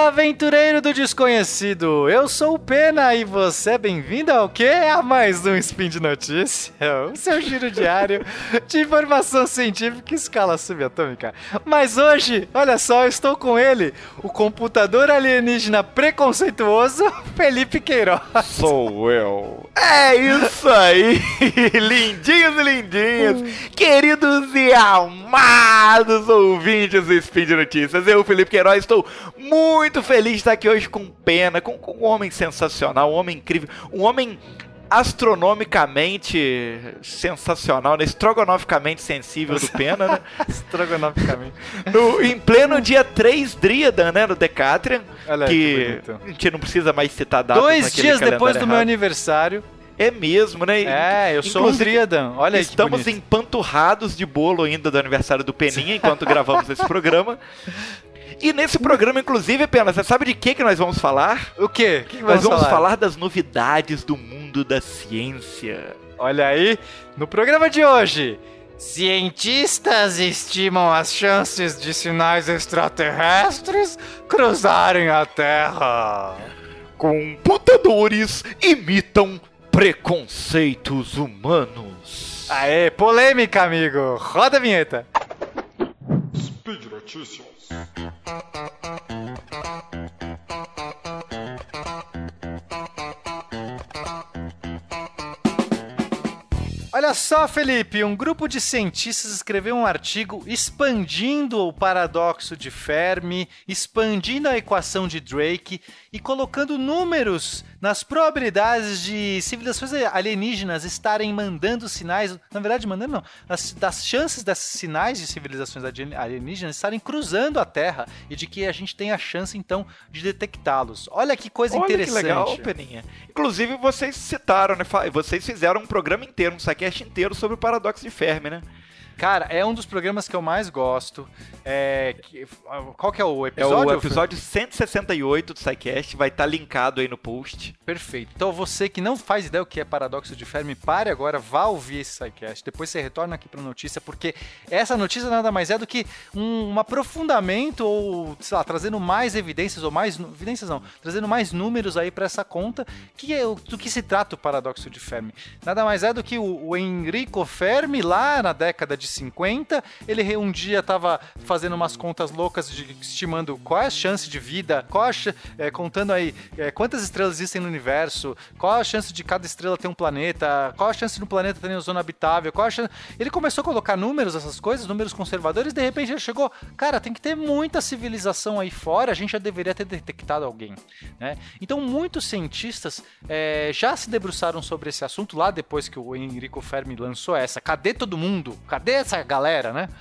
aventureiro do desconhecido, eu sou o Pena e você é bem-vindo ao quê? A mais um Spin de Notícia, o seu giro diário de informação científica em escala subatômica. Mas hoje, olha só, eu estou com ele, o computador alienígena preconceituoso, Felipe Queiroz. Sou eu. É isso aí, lindinhos e lindinhas, queridos e amados ouvintes do Spin de Notícias. Eu, Felipe Queiroz, estou muito feliz de estar aqui hoje com Pena, com um homem sensacional, um homem incrível, um homem astronomicamente sensacional, né? Estrogonoficamente sensível do Pena, né? Estrogonoficamente. Em pleno dia 3 Dríadan, né? No Decatrian, Olha que a gente não precisa mais citar datas. 2 dias depois do meu aniversário. É mesmo, né? É, eu sou um Dríadan. Olha aí, estamos empanturrados de bolo ainda do aniversário do Peninha, enquanto gravamos esse programa. E nesse programa, inclusive, Pena, você sabe de que nós vamos falar? O quê? Nós vamos falar das novidades do mundo da ciência. Olha aí, no programa de hoje, cientistas estimam as chances de sinais extraterrestres cruzarem a Terra. Computadores imitam preconceitos humanos. Aê, polêmica, amigo. Roda a vinheta. Speed Notícias. Olha só, Felipe, um grupo de cientistas escreveu um artigo expandindo o paradoxo de Fermi, expandindo a equação de Drake e colocando números nas probabilidades de civilizações alienígenas estarem mandando sinais, na verdade mandando não, das chances desses sinais de civilizações alienígenas estarem cruzando a Terra e de que a gente tem a chance então de detectá-los. Olha que coisa interessante. Olha que legal, Peninha. Inclusive vocês citaram, né? Vocês fizeram um programa inteiro, um SciCast inteiro sobre o paradoxo de Fermi, né? Cara, é um dos programas que eu mais gosto. Qual que é o episódio? É o episódio 168 do SciCast, vai estar linkado aí no post. Perfeito. Então você que não faz ideia o que é paradoxo de Fermi, pare agora, vá ouvir esse SciCast. Depois você retorna aqui para a notícia, porque essa notícia nada mais é do que um aprofundamento ou, sei lá, trazendo mais evidências, ou mais evidências não, trazendo mais números aí para essa conta, do que se trata o paradoxo de Fermi. Nada mais é do que o Enrico Fermi, lá na década de 50, ele um dia estava fazendo umas contas loucas, estimando qual é a chance de vida, contando aí quantas estrelas existem no universo, qual a chance de cada estrela ter um planeta, qual a chance de um planeta ter uma zona habitável, Ele começou a colocar números, essas coisas, números conservadores, e de repente ele chegou, cara, tem que ter muita civilização aí fora, a gente já deveria ter detectado alguém, né? Então muitos cientistas já se debruçaram sobre esse assunto lá depois que o Enrico Fermi lançou essa. Cadê todo mundo? Cadê essa galera, né?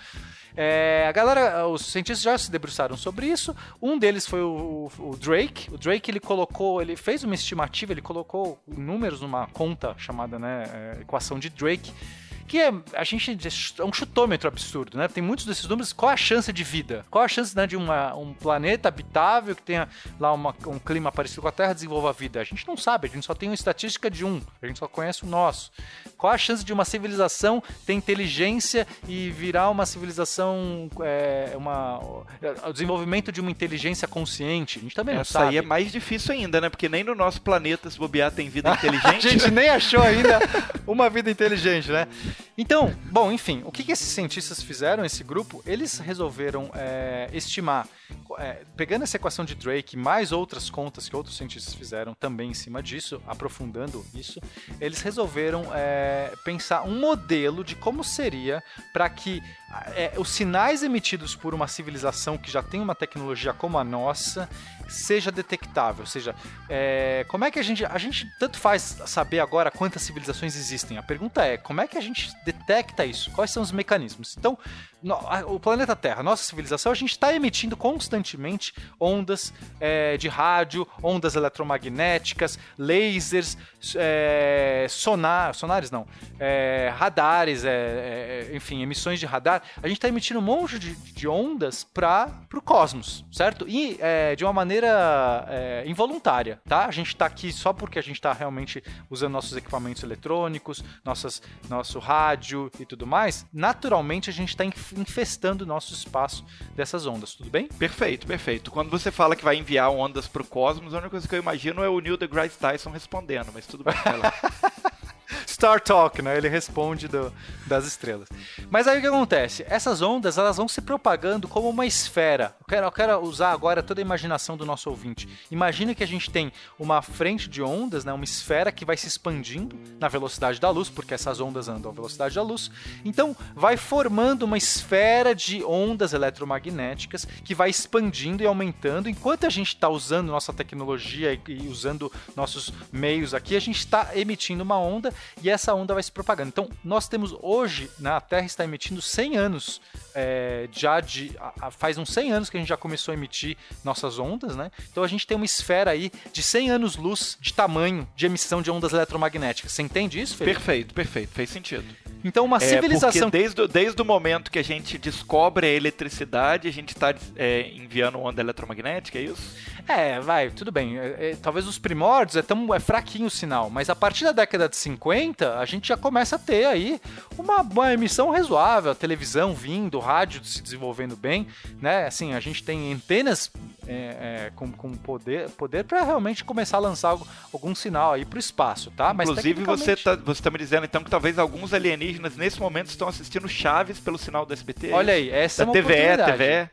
Os cientistas já se debruçaram sobre isso. Um deles foi o Drake. O Drake ele fez uma estimativa, ele colocou números numa conta chamada, né, equação de Drake, que é um chutômetro absurdo, né? Tem muitos desses números. Qual a chance de vida? Qual a chance, né, de um planeta habitável que tenha lá um clima parecido com a Terra desenvolva a vida? A gente não sabe, a gente só tem uma estatística de a gente só conhece o nosso. Qual a chance de uma civilização ter inteligência e virar uma civilização, o desenvolvimento de uma inteligência consciente? A gente também não sabe. Essa aí é mais difícil ainda, né? Porque nem no nosso planeta, se bobear, tem vida inteligente. A gente nem achou ainda uma vida inteligente, né? Então, bom, enfim, o que esses cientistas fizeram, esse grupo? Eles resolveram estimar, pegando essa equação de Drake, mais outras contas que outros cientistas fizeram também em cima disso, aprofundando isso, eles resolveram pensar um modelo de como seria para que os sinais emitidos por uma civilização que já tem uma tecnologia como a nossa seja detectável, ou seja, como é que a gente tanto faz saber agora quantas civilizações existem. A pergunta é, como é que a gente detecta isso? Quais são os mecanismos? Então, o planeta Terra, nossa civilização, a gente está emitindo constantemente ondas de rádio, ondas eletromagnéticas, lasers, sonares não, radares, enfim, emissões de radar. A gente está emitindo um monte de ondas para o cosmos, certo? E de uma maneira maneira involuntária, tá? A gente tá aqui só porque a gente tá realmente usando nossos equipamentos eletrônicos, nosso rádio e tudo mais. Naturalmente, a gente tá infestando o nosso espaço dessas ondas, tudo bem? Perfeito, perfeito. Quando você fala que vai enviar ondas pro cosmos, a única coisa que eu imagino é o Neil deGrasse Tyson respondendo, mas tudo bem, vai lá. Star Talk, né? Ele responde das estrelas. Mas aí o que acontece? Essas ondas, elas vão se propagando como uma esfera. Eu quero usar agora toda a imaginação do nosso ouvinte. Imagina que a gente tem uma frente de ondas, né? Uma esfera que vai se expandindo na velocidade da luz, porque essas ondas andam à velocidade da luz. Então, vai formando uma esfera de ondas eletromagnéticas que vai expandindo e aumentando. Enquanto a gente está usando nossa tecnologia e usando nossos meios aqui, a gente está emitindo uma onda e essa onda vai se propagando. Então, nós temos hoje, a Terra está emitindo 100 anos, faz uns 100 anos que a gente já começou a emitir nossas ondas, né? Então, a gente tem uma esfera aí de 100 anos-luz de tamanho de emissão de ondas eletromagnéticas. Você entende isso, Felipe? Perfeito, perfeito. Fez sentido. Então, uma civilização... Porque desde o momento que a gente descobre a eletricidade, a gente está enviando onda eletromagnética, é isso? Tudo bem. Talvez os primórdios é fraquinho o sinal, mas a partir da década de 50, a gente já começa a ter aí uma emissão razoável, a televisão vindo, o rádio se desenvolvendo bem, né? Assim, a gente tem antenas com poder para realmente começar a lançar algum sinal aí para o espaço, tá? Inclusive, mas você tá me dizendo então que talvez alguns alienígenas nesse momento estão assistindo Chaves pelo sinal do SBT? Olha aí, essa é uma oportunidade.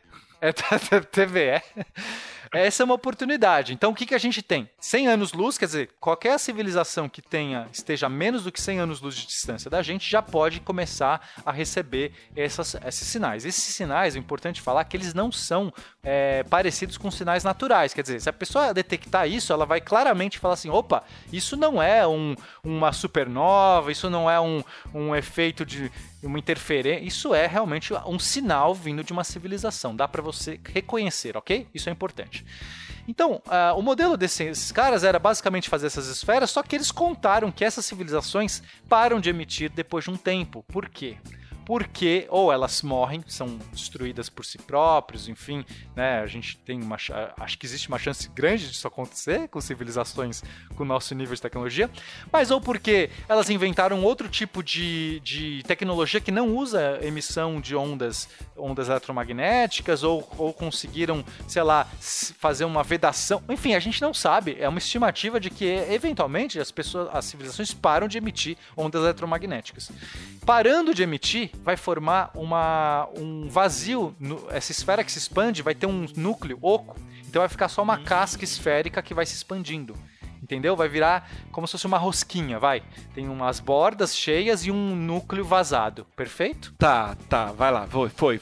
TVE. Essa é uma oportunidade. Então, o que a gente tem? 100 anos-luz, quer dizer, qualquer civilização que esteja a menos do que 100 anos-luz de distância da gente já pode começar a receber esses sinais. Esses sinais, é importante falar que eles não são parecidos com sinais naturais. Quer dizer, se a pessoa detectar isso, ela vai claramente falar assim, opa, isso não é uma supernova, isso não é um efeito de uma interferência, isso é realmente um sinal vindo de uma civilização. Dá para você reconhecer, ok? Isso é importante. Então, o modelo desses caras era basicamente fazer essas esferas, só que eles contaram que essas civilizações param de emitir depois de um tempo. Por quê? Porque ou elas morrem, são destruídas por si próprios, enfim, né? A gente tem acho que existe uma chance grande disso acontecer com civilizações com o nosso nível de tecnologia, mas ou porque elas inventaram outro tipo de tecnologia que não usa emissão de ondas eletromagnéticas, ou conseguiram, sei lá, fazer uma vedação, enfim, a gente não sabe, é uma estimativa de que eventualmente as civilizações param de emitir ondas eletromagnéticas. Parando de emitir, vai formar um vazio, essa esfera que se expande vai ter um núcleo oco, então vai ficar só uma casca esférica que vai se expandindo, entendeu? Vai virar como se fosse uma rosquinha, tem umas bordas cheias e um núcleo vazado, perfeito? Tá, vai lá, foi.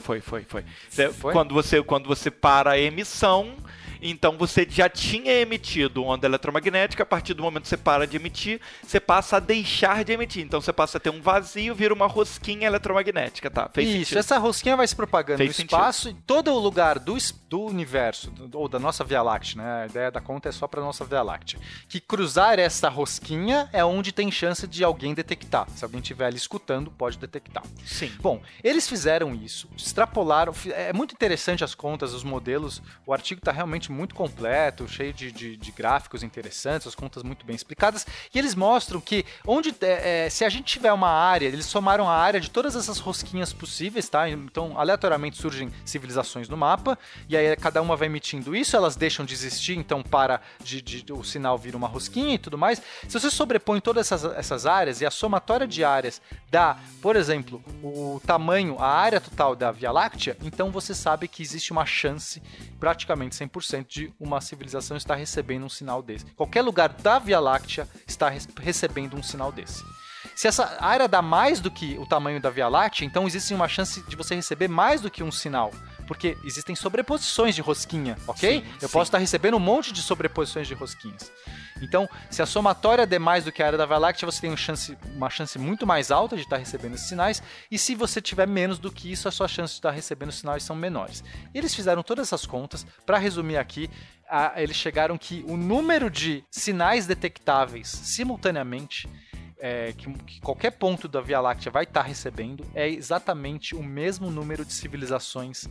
Quando você para a emissão, então você já tinha emitido onda eletromagnética, a partir do momento que você para de emitir, você passa a deixar de emitir. Então você passa a ter um vazio, vira uma rosquinha eletromagnética, tá? Fez isso, sentido. Essa rosquinha vai se propagando no espaço e todo o lugar do universo, ou da nossa Via Láctea, né? A ideia da conta é só para nossa Via Láctea. Que cruzar essa rosquinha é onde tem chance de alguém detectar. Se alguém estiver ali escutando, pode detectar. Sim. Bom, eles fizeram isso, extrapolaram, é muito interessante as contas, os modelos, o artigo está realmente muito completo, cheio de gráficos interessantes, as contas muito bem explicadas, e eles mostram que se a gente tiver uma área, eles somaram a área de todas essas rosquinhas possíveis, tá? Então, aleatoriamente surgem civilizações no mapa, e aí cada uma vai emitindo isso, elas deixam de existir, então o sinal vira uma rosquinha e tudo mais. Se você sobrepõe todas essas áreas e a somatória de áreas dá, por exemplo, o tamanho, a área total da Via Láctea, então você sabe que existe uma chance, praticamente 100%, de uma civilização estar recebendo um sinal desse. Qualquer lugar da Via Láctea está recebendo um sinal desse. Se essa área dá mais do que o tamanho da Via Láctea, então existe uma chance de você receber mais do que um sinal, porque existem sobreposições de rosquinha, ok? Eu posso estar recebendo um monte de sobreposições de rosquinhas. Então, se a somatória der mais do que a área da Via Láctea, você tem uma chance muito mais alta de estar recebendo esses sinais, e se você tiver menos do que isso, a sua chance de estar recebendo sinais são menores. Eles fizeram todas essas contas, para resumir aqui, eles chegaram que o número de sinais detectáveis simultaneamente que qualquer ponto da Via Láctea vai estar recebendo é exatamente o mesmo número de civilizações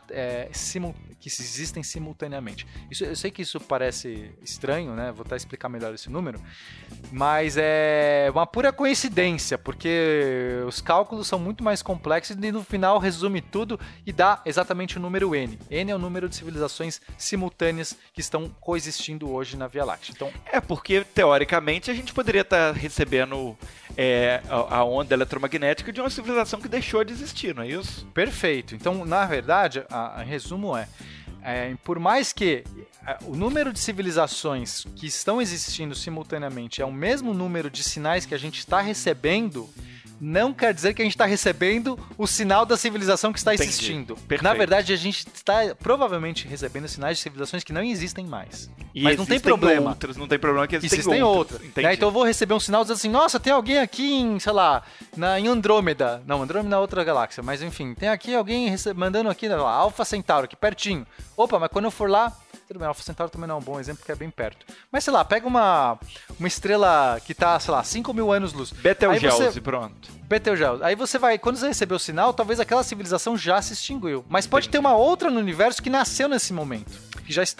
que existem simultaneamente. Eu sei que isso parece estranho, né? Vou até explicar melhor esse número, mas é uma pura coincidência, porque os cálculos são muito mais complexos e no final resume tudo e dá exatamente o número N. N é o número de civilizações simultâneas que estão coexistindo hoje na Via Láctea. Então, porque teoricamente a gente poderia estar recebendo a onda eletromagnética de uma civilização que deixou de existir, não é isso? Perfeito. Então, na verdade, em resumo por mais que o número de civilizações que estão existindo simultaneamente é o mesmo número de sinais que a gente está recebendo, não quer dizer que a gente está recebendo o sinal da civilização que está existindo. Perfeito. Na verdade, a gente está provavelmente recebendo sinais de civilizações que não existem mais. Mas não tem problema. Não tem problema que existem outras. Né? Então eu vou receber um sinal dizendo assim, nossa, tem alguém aqui em, sei lá, em Andrômeda. Não, Andrômeda é outra galáxia, mas enfim, tem aqui alguém mandando aqui, lá, Alpha Centauro, aqui pertinho. Opa, mas quando eu for lá, tudo bem, Alpha Centauro também não é um bom exemplo, porque é bem perto. Mas sei lá, pega uma estrela que tá, sei lá, 5.000 anos-luz. Betelgeuse, pronto. Betelgeuse. Aí você vai, quando você receber o sinal, talvez aquela civilização já se extinguiu. Mas pode ter uma outra no universo que nasceu nesse momento. Que já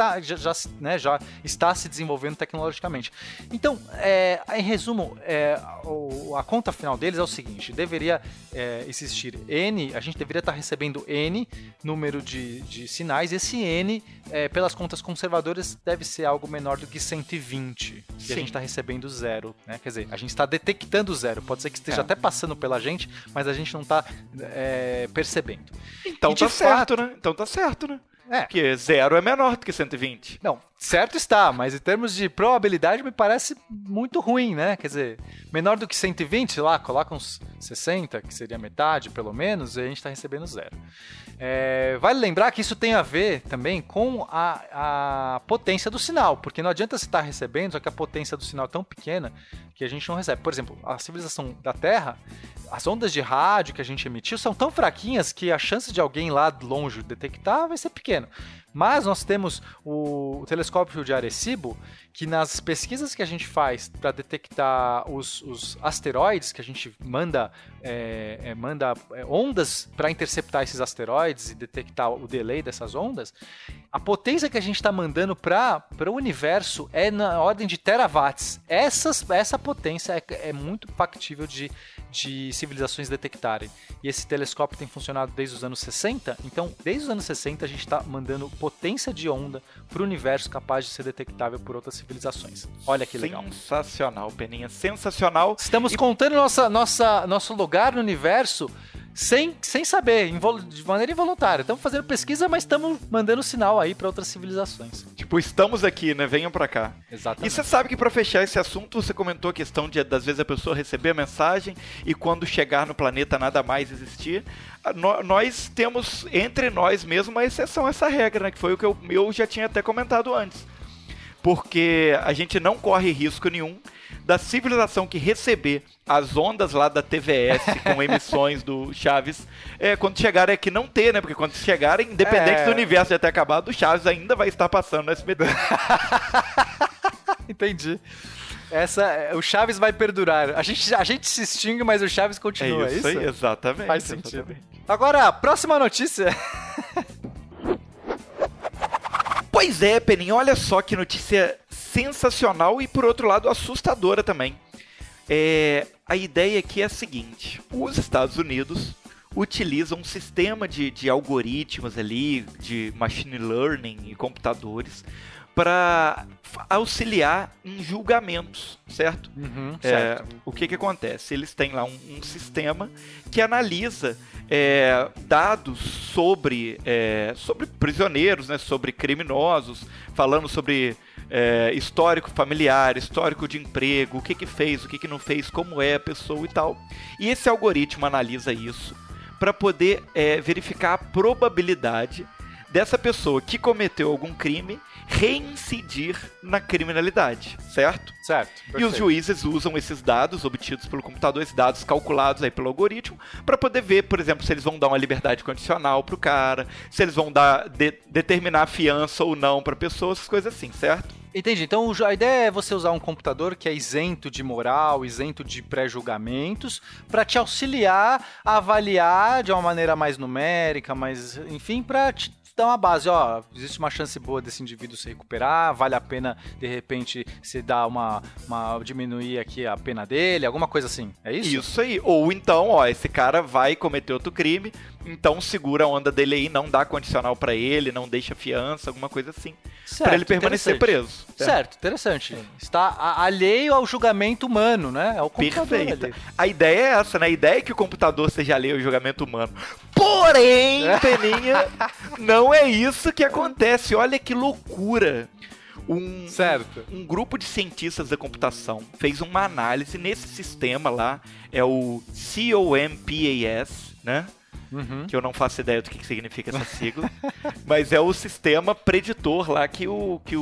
está se desenvolvendo tecnologicamente. Então, em resumo, a conta final deles é o seguinte: deveria existir N, a gente deveria estar recebendo N número de sinais. Esse N, pelas contas conservadoras, deve ser algo menor do que 120. E a gente está recebendo 0. Né? Quer dizer, a gente está detectando 0. Pode ser que esteja até passando pela gente, mas a gente não está percebendo. Então tá certo, né? Então tá certo, né? Porque 0 é menor do que 120. Não, certo está, mas em termos de probabilidade me parece muito ruim, né? Quer dizer, menor do que 120, sei lá, coloca uns 60, que seria metade, pelo menos, e a gente está recebendo 0. Vale lembrar que isso tem a ver também com a potência do sinal, porque não adianta você estar recebendo, só que a potência do sinal é tão pequena que a gente não recebe. Por exemplo, a civilização da Terra, as ondas de rádio que a gente emitiu são tão fraquinhas que a chance de alguém lá longe detectar vai ser pequena. Mas nós temos o telescópio de Arecibo, que nas pesquisas que a gente faz para detectar os asteroides, que a gente manda ondas para interceptar esses asteroides e detectar o delay dessas ondas, a potência que a gente está mandando para o universo é na ordem de terawatts. Essa potência é muito factível de civilizações detectarem. E esse telescópio tem funcionado desde os anos 60, então desde os anos 60 a gente está mandando potência de onda para o universo capaz de ser detectável por outras civilizações. Olha que legal. Sensacional, Peninha, sensacional. Estamos contando nosso lugar no universo sem saber, de maneira involuntária. Estamos fazendo pesquisa, mas estamos mandando sinal aí para outras civilizações. Tipo, estamos aqui, né? Venham para cá. Exatamente. E você sabe que para fechar esse assunto, você comentou a questão de, das vezes, a pessoa receber a mensagem e quando chegar no planeta nada mais existir. Nós temos, entre nós mesmo, uma exceção a essa regra, né? Que foi o que eu já tinha até comentado antes. Porque a gente não corre risco nenhum da civilização que receber as ondas lá da TVS com emissões do Chaves, quando chegarem aqui não ter, né? Porque quando chegarem, independente do universo já ter acabado, o Chaves ainda vai estar passando no SBT. Entendi. O Chaves vai perdurar. A gente se extingue, mas o Chaves continua, é isso? Aí, exatamente. Faz sentido. Exatamente. Agora, próxima notícia. Pois é, Peninha, olha só que notícia sensacional e, por outro lado, assustadora também. A ideia aqui é a seguinte: os Estados Unidos utilizam um sistema de algoritmos ali, de machine learning e computadores, para auxiliar em julgamentos, certo? Certo. O que acontece? Eles têm lá um sistema que analisa dados sobre prisioneiros, né, sobre criminosos, falando sobre histórico familiar, histórico de emprego, o que fez, o que não fez, como é a pessoa e tal. E esse algoritmo analisa isso para poder verificar a probabilidade dessa pessoa que cometeu algum crime reincidir na criminalidade, certo? Certo. E os Perfeito. juízes usam esses dados obtidos pelo computador, esses dados calculados aí pelo algoritmo, para poder ver, por exemplo, se eles vão dar uma liberdade condicional pro cara, se eles vão determinar a fiança ou não pra pessoa, essas coisas assim, certo? Entendi. Então a ideia é você usar um computador que é isento de moral, isento de pré-julgamentos, para te auxiliar a avaliar de uma maneira mais numérica, enfim, para te dar uma base, ó, existe uma chance boa desse indivíduo se recuperar, vale a pena, de repente, se dar diminuir aqui a pena dele, alguma coisa assim, é isso? Isso aí. Ou então, ó, esse cara vai cometer outro crime, então segura a onda dele aí, não dá condicional pra ele, não deixa fiança, alguma coisa assim. Certo, pra ele permanecer preso. Certo, interessante. Está alheio ao julgamento humano, né? É o computador. Perfeita. Ali. A ideia é essa, né? A ideia é que o computador seja alheio ao julgamento humano. Porém, Peninha, não é isso que acontece. Olha que loucura. Certo. Um grupo de cientistas da computação fez uma análise nesse sistema lá, é o COMPAS, né? Uhum. Que eu não faço ideia do que significa essa sigla, mas é o sistema preditor lá que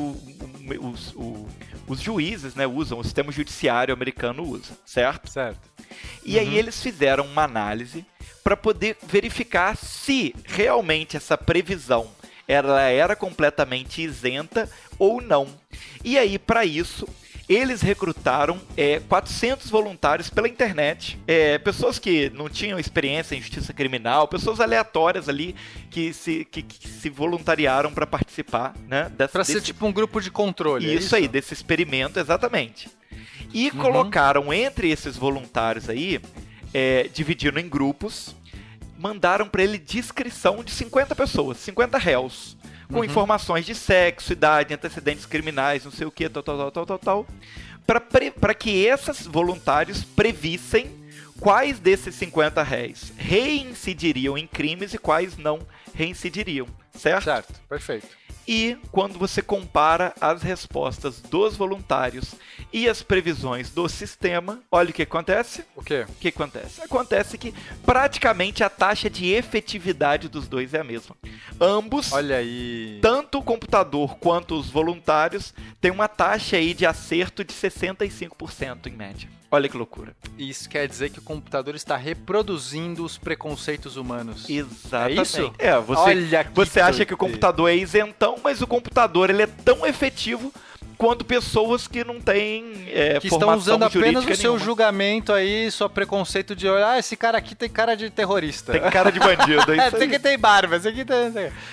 os juízes, né, usam, o sistema judiciário americano usa, certo? Certo. E aí eles fizeram uma análise para poder verificar se realmente essa previsão ela era completamente isenta ou não. E aí, para isso, eles recrutaram 400 voluntários pela internet, pessoas que não tinham experiência em justiça criminal, pessoas aleatórias ali que se voluntariaram para participar, né? Para ser tipo um grupo de controle. Isso aí, desse experimento, exatamente. E colocaram entre esses voluntários aí, dividindo em grupos, mandaram para ele descrição de 50 pessoas, 50 réus. Com informações de sexo, idade, antecedentes criminais, não sei o que, tal. Para que esses voluntários previssem quais desses 50 réis reincidiriam em crimes e quais não reincidiriam, certo? Certo, perfeito. E quando você compara as respostas dos voluntários e as previsões do sistema, olha o que acontece. O quê? O que acontece? Acontece que praticamente a taxa de efetividade dos dois é a mesma. Ambos, olha aí, tanto o computador quanto os voluntários, têm uma taxa aí de acerto de 65% em média. Olha que loucura. Isso quer dizer que o computador está reproduzindo os preconceitos humanos. Exatamente. É isso? Você acha que o computador é isentão, mas o computador ele é tão efetivo quanto pessoas que não têm que formação estão usando apenas o seu nenhuma. Julgamento aí, seu preconceito de esse cara aqui tem cara de terrorista. Tem cara de bandido. É isso tem que ter barba, esse aqui tem...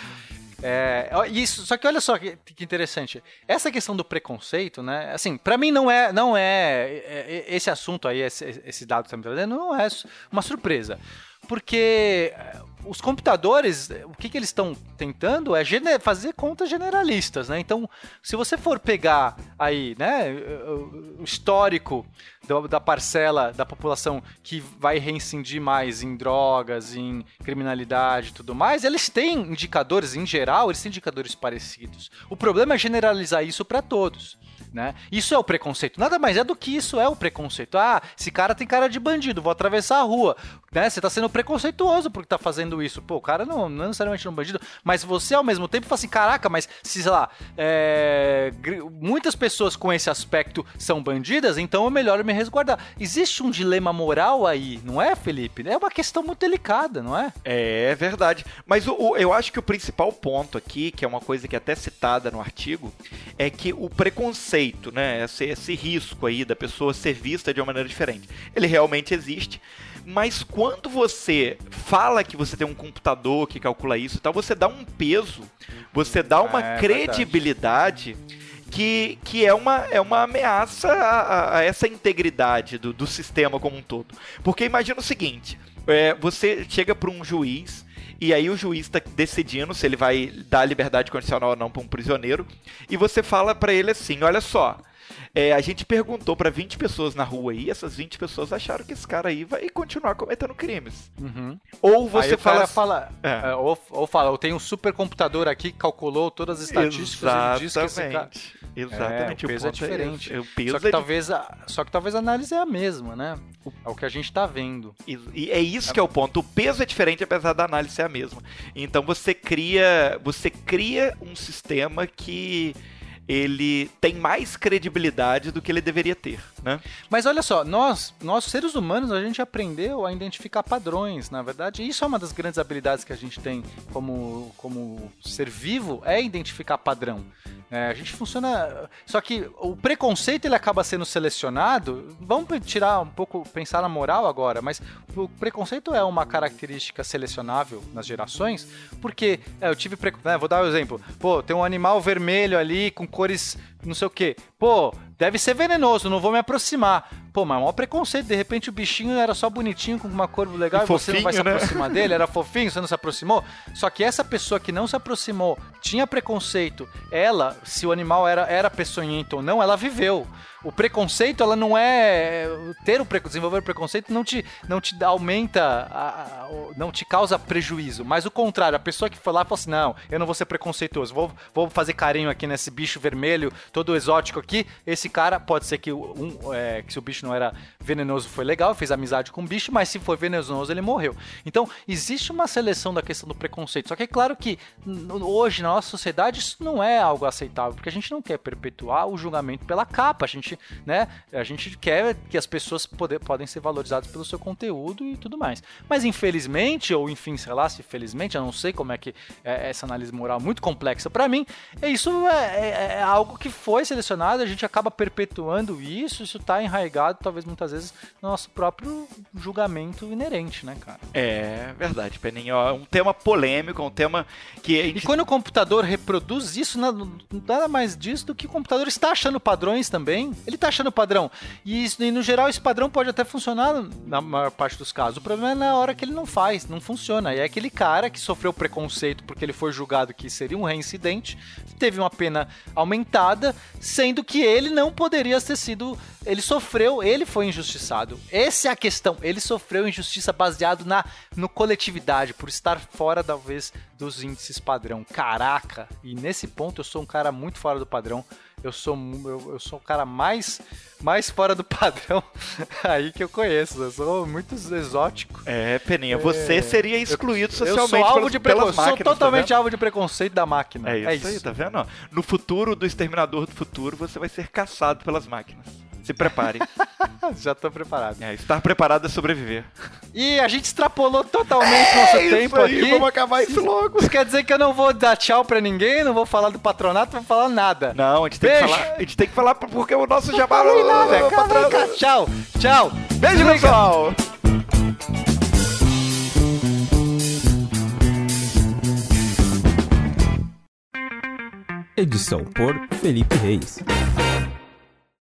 Isso, só que olha só que interessante. Essa questão do preconceito, né? Assim, pra mim não é esse assunto aí, esse dado que você tá me trazendo, não é uma surpresa. Porque os computadores, o que eles estão tentando é fazer contas generalistas, né? Então, se você for pegar aí, né, o histórico da parcela da população que vai reincidir mais em drogas, em criminalidade e tudo mais, eles têm indicadores, em geral, eles têm indicadores parecidos. O problema é generalizar isso para todos. Né? Isso é o preconceito. Nada mais é do que isso é o preconceito. Esse cara tem cara de bandido, vou atravessar a rua. Né? Você tá sendo preconceituoso porque tá fazendo isso. Pô, o cara não necessariamente é um bandido, mas você ao mesmo tempo fala assim, caraca, mas se, sei lá, muitas pessoas com esse aspecto são bandidas, então é melhor me resguardar. Existe um dilema moral aí, não é, Felipe? É uma questão muito delicada, não é? É verdade. Mas eu acho que o principal ponto aqui, que é uma coisa que é até citada no artigo, é que o preconceito, né, esse risco aí da pessoa ser vista de uma maneira diferente, ele realmente existe, mas quando você fala que você tem um computador que calcula isso e tal, você dá um peso, você dá uma credibilidade que é uma ameaça a essa integridade do sistema como um todo. Porque imagina o seguinte, você chega para um juiz e aí o juiz está decidindo se ele vai dar liberdade condicional ou não para um prisioneiro, e você fala para ele assim, olha só, a gente perguntou para 20 pessoas na rua aí, e essas 20 pessoas acharam que esse cara aí vai continuar cometendo crimes. Ou você fala, eu tenho um supercomputador aqui que calculou todas as estatísticas e diz que esse cara... Exatamente. O peso é diferente. Só que talvez a análise é a mesma, né? É o que a gente tá vendo. E é isso que é o ponto. O peso é diferente, apesar da análise ser a mesma. Então você cria um sistema que ele tem mais credibilidade do que ele deveria ter, né? Mas olha só, nós seres humanos, a gente aprendeu a identificar padrões, na verdade, e isso é uma das grandes habilidades que a gente tem como ser vivo, é identificar padrão. A gente funciona... Só que o preconceito, ele acaba sendo selecionado. Vamos tirar um pouco, pensar na moral agora, mas o preconceito é uma característica selecionável nas gerações, porque eu tive preconceito... Vou dar um exemplo. Pô, tem um animal vermelho ali com cores não sei o quê. Pô, deve ser venenoso, não vou me aproximar. Pô, mas é um maior preconceito. De repente o bichinho era só bonitinho, com uma cor legal, e você não vai se aproximar dele. Era fofinho, você não se aproximou. Só que essa pessoa que não se aproximou, tinha preconceito. Ela, se o animal era peçonhento ou não, ela viveu. O preconceito, ela não é... Desenvolver preconceito não te aumenta, não te causa prejuízo. Mas o contrário, a pessoa que foi lá e falou assim, não, eu não vou ser preconceituoso, vou fazer carinho aqui nesse bicho vermelho, todo exótico aqui. Esse cara, pode ser que se o bicho não era venenoso, foi legal, fez amizade com o bicho, mas se for venenoso, ele morreu. Então, existe uma seleção da questão do preconceito. Só que é claro que hoje, na nossa sociedade, isso não é algo aceitável, porque a gente não quer perpetuar o julgamento pela capa. A gente quer que as pessoas podem ser valorizadas pelo seu conteúdo e tudo mais. Mas infelizmente, ou enfim, sei lá, se felizmente, eu não sei como é que é essa análise moral muito complexa para mim, isso é algo que foi selecionado, a gente acaba perpetuando isso tá enraizado, talvez muitas vezes, no nosso próprio julgamento inerente, né, cara? É verdade, Peninha. É um tema polêmico, um tema que... E quando o computador reproduz isso, nada mais disso do que o computador está achando padrões também. Ele tá achando padrão. E no geral, esse padrão pode até funcionar na maior parte dos casos. O problema é na hora que ele não funciona. E é aquele cara que sofreu preconceito porque ele foi julgado que seria um reincidente, teve uma pena aumentada, sendo que ele não poderia ter sido... Ele foi injustiçado. Essa é a questão. Ele sofreu injustiça baseado no coletividade, por estar fora, talvez, dos índices padrão. Caraca! E nesse ponto eu sou um cara muito fora do padrão. Eu sou o cara mais fora do padrão aí que eu conheço. Eu sou muito exótico. Peninha, você seria excluído socialmente eu sou alvo de pelas máquinas. Sou totalmente alvo de preconceito da máquina. É isso aí, tá vendo? No futuro do Exterminador do Futuro, você vai ser caçado pelas máquinas. Se prepare. Já tô preparado. Estar preparado é sobreviver. E a gente extrapolou totalmente nosso tempo aí, aqui. Vamos acabar isso logo. Isso quer dizer que eu não vou dar tchau pra ninguém, não vou falar do patronato, não vou falar nada. Não, a gente tem que falar porque o nosso jabá... Não falei nada, cara. Tchau. Beijo, pessoal. Edição por Felipe Reis.